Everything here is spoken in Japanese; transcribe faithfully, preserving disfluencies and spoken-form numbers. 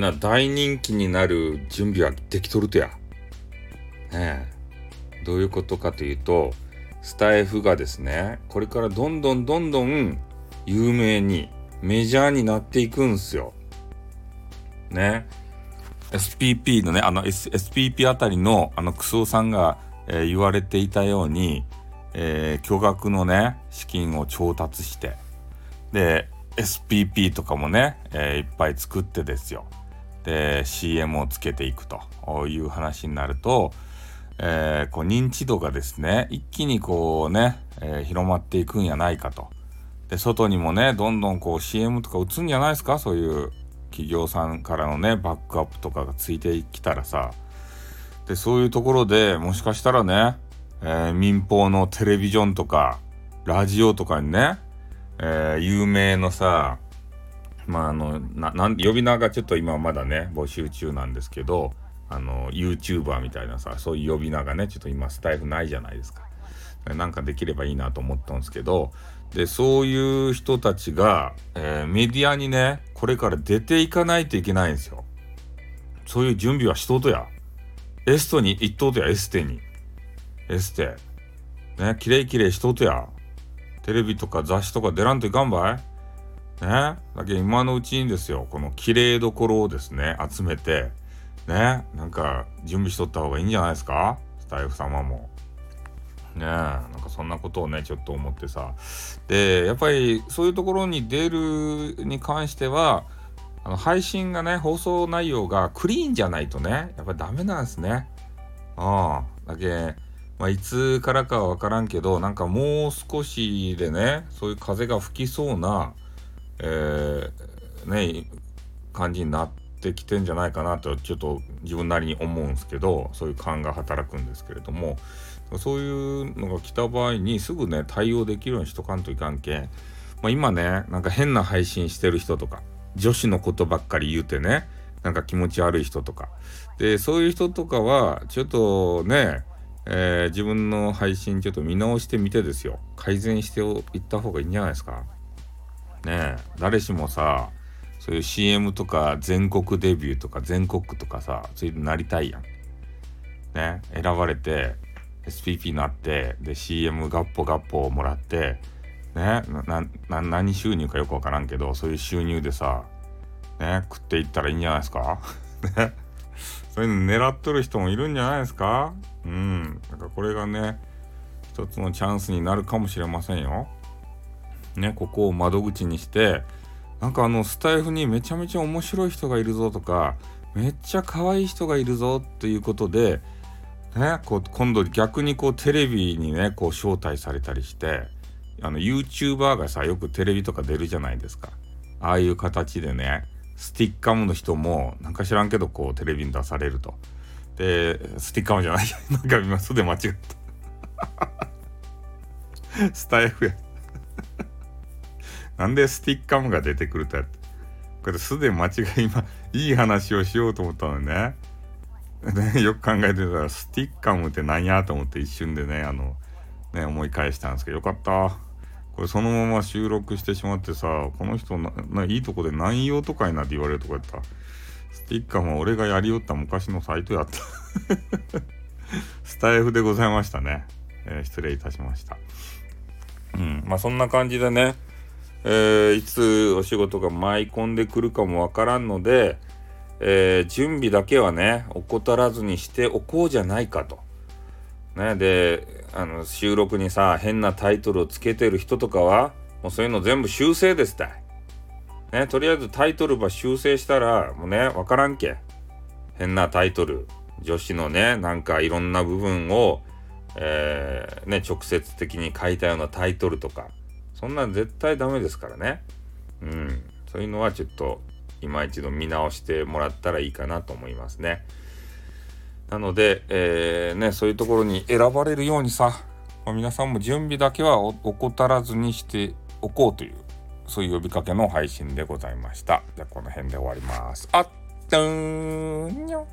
や大人気になる準備はできとるとや。ねえ、どういうことかというと、スタイフがですね、これからどんどんどんどん有名にメジャーになっていくんすよ。ね。エスピーピー のね、あの S エスピーピー あたりのあのクソさんが、えー、言われていたように、えー、巨額のね資金を調達して、で エスピーピー とかもね、えー、いっぱい作ってですよ。で シーエム をつけていくという話になると、えー、こう認知度がですね一気にこうね、えー、広まっていくんやないかと。で外にもねどんどんこう シーエム とか打つんじゃないですか。そういう企業さんからのねバックアップとかがついてきたらさ、でそういうところでもしかしたらね、えー、民放のテレビジョンとかラジオとかにね、えー、有名のさ、まああのななん呼び名がちょっと今まだね募集中なんですけど、あの YouTuber みたいなさ、そういう呼び名がねちょっと今スタイフないじゃないですか。なんかできればいいなと思ったんですけど、でそういう人たちが、えー、メディアにねこれから出ていかないといけないんですよ。そういう準備はしとうとや。エストに行っとうとや。エステにエステね、きれいきれいしとうとや。テレビとか雑誌とか出らんといかんばいね。だけど今のうちにですよ、このきれいどころをですね集めてね、なんか準備しとった方がいいんじゃないですか、スタイフ様もね。えなんかそんなことをねちょっと思ってさ、でやっぱりそういうところに出るに関しては、あの配信がね放送内容がクリーンじゃないとねやっぱりダメなんですね。ああだけ、まあ、いつからかは分からんけど、なんかもう少しでねそういう風が吹きそうな、えー、ね感じになってきてんじゃないかなとちょっと自分なりに思うんですけど、そういう感が働くんですけれども、そういうのが来た場合にすぐね対応できるようにしとかんといかんけん、まあ、今ねなんか変な配信してる人とか女子のことばっかり言うてね、なんか気持ち悪い人とかで、そういう人とかはちょっとね、えー、自分の配信ちょっと見直してみてですよ、改善していった方がいいんじゃないですかね。え誰しもさそういう シーエム とか全国デビューとか全国区とかさ、そういうのなりたいやんね。選ばれて エスピーピー になって、で シーエム ガッポガッポをもらってね、なな何収入かよくわからんけど、そういう収入でさね食っていったらいいんじゃないですかね。そういうの狙っとる人もいるんじゃないですか。うんなんかこれがね一つのチャンスになるかもしれませんよね。ここを窓口にして、なんかあのスタイフにめちゃめちゃ面白い人がいるぞとか、めっちゃ可愛い人がいるぞっていうことでね、こう今度逆にこうテレビにねこう招待されたりして、あの YouTuber がさよくテレビとか出るじゃないですか。ああいう形でねスティッカムの人もなんか知らんけどこうテレビに出されると。でスティッカムじゃないなんか今素で間違ったスタイフやなんでスティッカムが出てくるとやって、これ素で間違い、今いい話をしようと思ったのにねね、よく考えてたらスティッカムって何やと思って一瞬でねあのね思い返したんですけど、よかった。これそのまま収録してしまってさ、この人なないいとこで何用とかになって言われるとこやった。スティッカムは俺がやりよった昔のサイトやったスタイフでございましたね、えー、失礼いたしました。うんまあそんな感じでね、えー、いつお仕事が舞い込んでくるかもわからんので、えー、準備だけはね怠らずにしておこうじゃないかとね。であの収録にさ変なタイトルをつけてる人とかはもうそういうの全部修正ですたいね。とりあえずタイトルば修正したらもうねわからんけ、変なタイトル、女子のねなんかいろんな部分を、えー、ね直接的に書いたようなタイトルとか、そんなん絶対ダメですからね。うんそういうのはちょっと今一度見直してもらったらいいかなと思いますね。なので、えーね、そういうところに選ばれるようにさ、まあ、皆さんも準備だけは怠らずにしておこうという、そういう呼びかけの配信でございました。じゃあこの辺で終わります。あっとーにょ